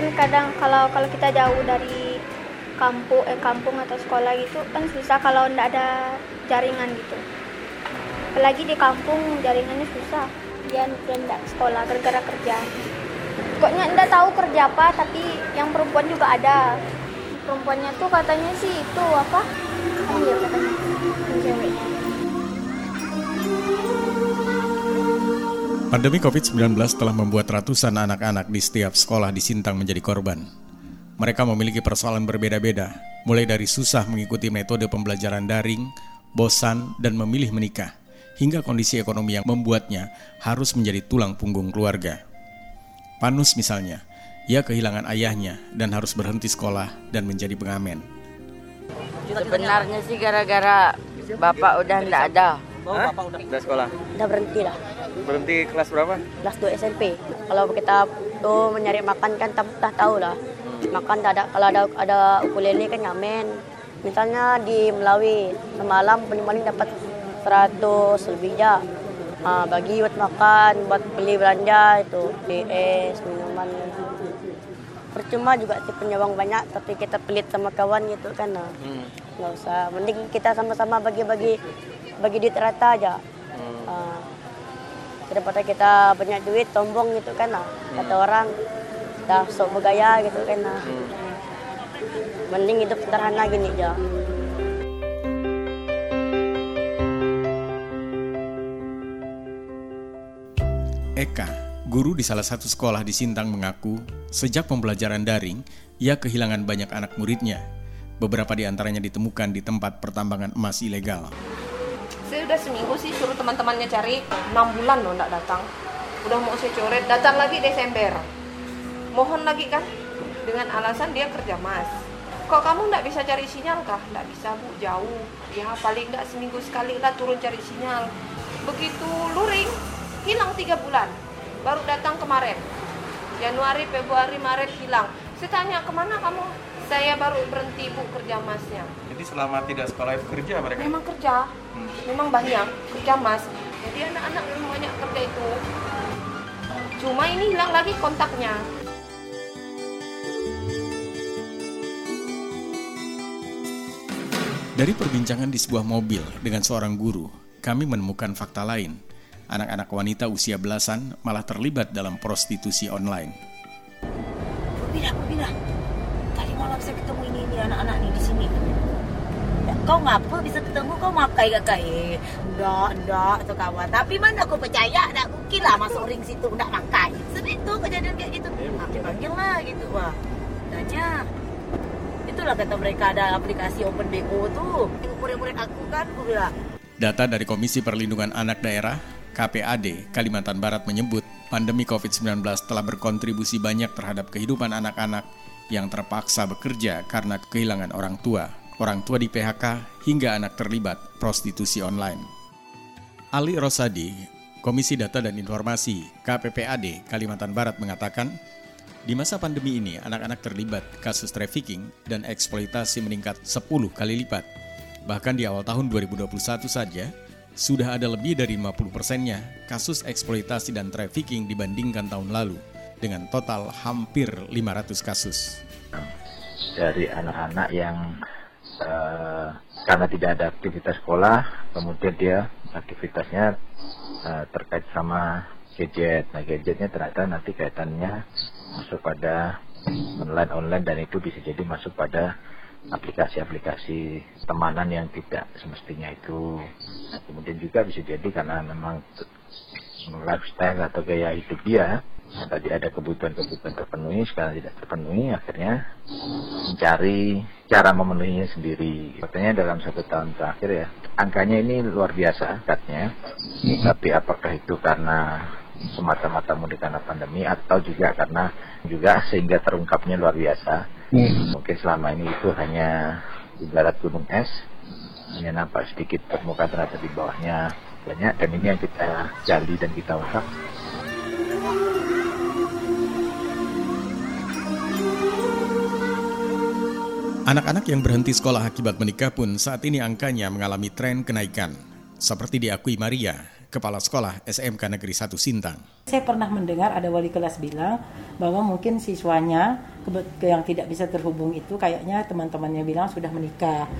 kan kadang kalau kita jauh dari kampung atau sekolah gitu kan susah kalau nggak ada jaringan gitu. Apalagi di kampung jaringannya susah. Dia nggak sekolah gara-gara kerja. Pokoknya nggak tahu kerja apa, tapi yang perempuan juga ada. Perempuannya tuh katanya sih itu apa? Hamil katanya. Ceweknya. Pandemi COVID-19 telah membuat ratusan anak-anak di setiap sekolah di Sintang menjadi korban. Mereka memiliki persoalan berbeda-beda, mulai dari susah mengikuti metode pembelajaran daring, bosan, dan memilih menikah, hingga kondisi ekonomi yang membuatnya harus menjadi tulang punggung keluarga. Panus misalnya, ia kehilangan ayahnya dan harus berhenti sekolah dan menjadi pengamen. Sebenarnya sih gara-gara bapak udah enggak ada. Bapak udah sekolah? Udah berhenti lah. Berhenti kelas berapa? Kelas 2 SMP. Kalau kita tuh mencari makan kan tak tahu lah. Makan ada, kalau ada ukulele kan ngamen. Misalnya di Melawi semalam paling dapat 100 lebih ya. Bagi buat makan, buat beli belanja itu, es, minuman. Percuma juga sih punya uang banyak, tapi kita pelit sama kawan gitu kan. Nggak usah, mending kita sama-sama bagi duit rata aja. Daripada kita banyak duit, sombong gitu kan. Kata orang, dah sok bergaya gitu kan. Mending hidup sederhana gini aja. Eka, guru di salah satu sekolah di Sintang mengaku, sejak pembelajaran daring, ia kehilangan banyak anak muridnya. Beberapa di antaranya ditemukan di tempat pertambangan emas ilegal. Saya udah seminggu sih suruh teman-temannya cari, 6 bulan loh nggak datang. Udah mau saya coret, datang lagi Desember. Mohon lagi kan, dengan alasan dia kerja mas. Kok kamu nggak bisa cari sinyal kah? Nggak bisa bu, jauh. Ya paling nggak seminggu sekali lah turun cari sinyal. Begitu luring, hilang 3 bulan. Baru datang kemarin. Januari, Februari, Maret hilang. Saya tanya, kemana kamu? Saya baru berhenti bu kerja masnya. Jadi selama tidak sekolah itu kerja mereka? Memang kerja, memang banyak kerja mas. Jadi anak-anak memang banyak kerja itu. Cuma ini hilang lagi kontaknya. Dari perbincangan di sebuah mobil dengan seorang guru, kami menemukan fakta lain. Anak-anak wanita usia belasan malah terlibat dalam prostitusi online. Bila. Tadi malam saya ketemu ini anak-anak nih di sini. Kau ngapa bisa ketemu, kau makai gak kai? Enggak tuh kawan. Tapi mana aku percaya, nak mungkin lah masuk ring situ, nak makai. Sedih tuh kejadian kayak gitu. Dipanggil lah gitu. Wah, tanya. Itulah kata mereka ada aplikasi OpenBO tuh. Murid-murid aku kan, aku bilang. Data dari Komisi Perlindungan Anak Daerah, KPAD, Kalimantan Barat menyebut pandemi COVID-19 telah berkontribusi banyak terhadap kehidupan anak-anak yang terpaksa bekerja karena kehilangan orang tua di PHK, hingga anak terlibat prostitusi online. Ali Rosadi, Komisi Data dan Informasi, KPPAD, Kalimantan Barat mengatakan, di masa pandemi ini anak-anak terlibat kasus trafficking dan eksploitasi meningkat 10 kali lipat. Bahkan di awal tahun 2021 saja, sudah ada lebih dari 50%-nya kasus eksploitasi dan trafficking dibandingkan tahun lalu, dengan total hampir 500 kasus. Dari anak-anak yang karena tidak ada aktivitas sekolah, kemudian dia aktivitasnya terkait sama gadget. Nah, gadgetnya ternyata nanti kaitannya masuk pada online dan itu bisa jadi masuk pada aplikasi-aplikasi temanan yang tidak semestinya itu. Nah, kemudian juga bisa jadi karena memang lifestyle atau gaya hidup dia tadi ada kebutuhan-kebutuhan terpenuhi, sekarang tidak terpenuhi, akhirnya mencari cara memenuhinya sendiri. Katanya dalam 1 tahun terakhir ya, angkanya ini luar biasa katanya. Tapi apakah itu karena semata-mata mudik karena pandemi atau juga karena sehingga terungkapnya luar biasa. Mungkin selama ini itu hanya ibarat gunung es, hanya nampak sedikit permukaan, ternyata di bawahnya banyak, dan ini yang kita gali dan kita ungkap. Anak-anak yang berhenti sekolah akibat menikah pun saat ini angkanya mengalami tren kenaikan. Seperti diakui Maria, Kepala Sekolah SMK Negeri 1 Sintang. Saya pernah mendengar ada wali kelas bilang bahwa mungkin siswanya yang tidak bisa terhubung itu kayaknya teman-temannya bilang sudah menikah.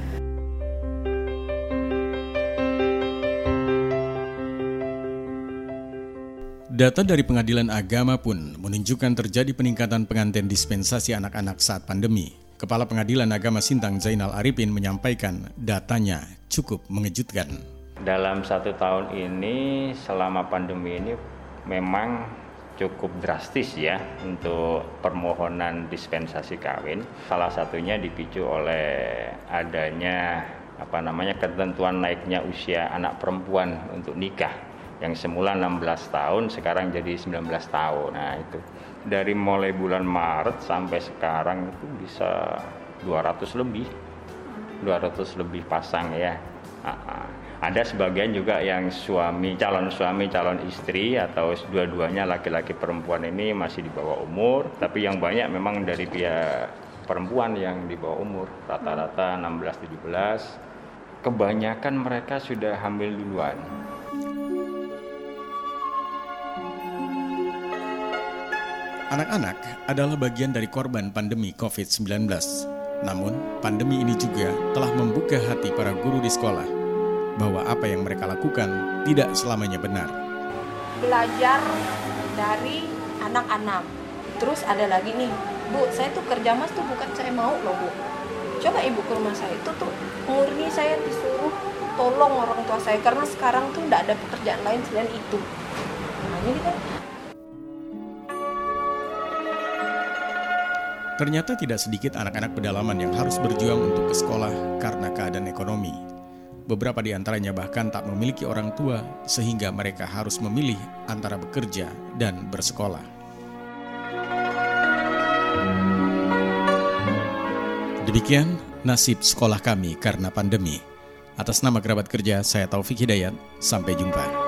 Data dari Pengadilan Agama pun menunjukkan terjadi peningkatan pengantin dispensasi anak-anak saat pandemi. Kepala Pengadilan Agama Sintang Zainal Arifin menyampaikan datanya cukup mengejutkan. Dalam 1 tahun ini, selama pandemi ini memang cukup drastis ya untuk permohonan dispensasi kawin. Salah satunya dipicu oleh adanya ketentuan naiknya usia anak perempuan untuk nikah. Yang semula 16 tahun, sekarang jadi 19 tahun. Nah itu, dari mulai bulan Maret sampai sekarang itu bisa 200 lebih pasang ya. Ada sebagian juga yang calon suami, calon istri, atau dua-duanya laki-laki perempuan ini masih di bawah umur. Tapi yang banyak memang dari pihak perempuan yang di bawah umur, rata-rata 16-17. Kebanyakan mereka sudah hamil duluan. Anak-anak adalah bagian dari korban pandemi COVID-19. Namun, pandemi ini juga telah membuka hati para guru di sekolah bahwa apa yang mereka lakukan tidak selamanya benar. Belajar dari anak-anak. Terus ada lagi nih, Bu, saya tuh kerja mas tuh bukan saya mau loh, Bu. Coba ibu ke rumah saya itu tuh murni saya disuruh tolong orang tua saya karena sekarang tuh nggak ada pekerjaan lain selain itu. Nah, ini kan. Ternyata tidak sedikit anak-anak pedalaman yang harus berjuang untuk ke sekolah karena keadaan ekonomi. Beberapa di antaranya bahkan tak memiliki orang tua sehingga mereka harus memilih antara bekerja dan bersekolah. Demikian nasib sekolah kami karena pandemi. Atas nama kerabat kerja, saya Taufik Hidayat. Sampai jumpa.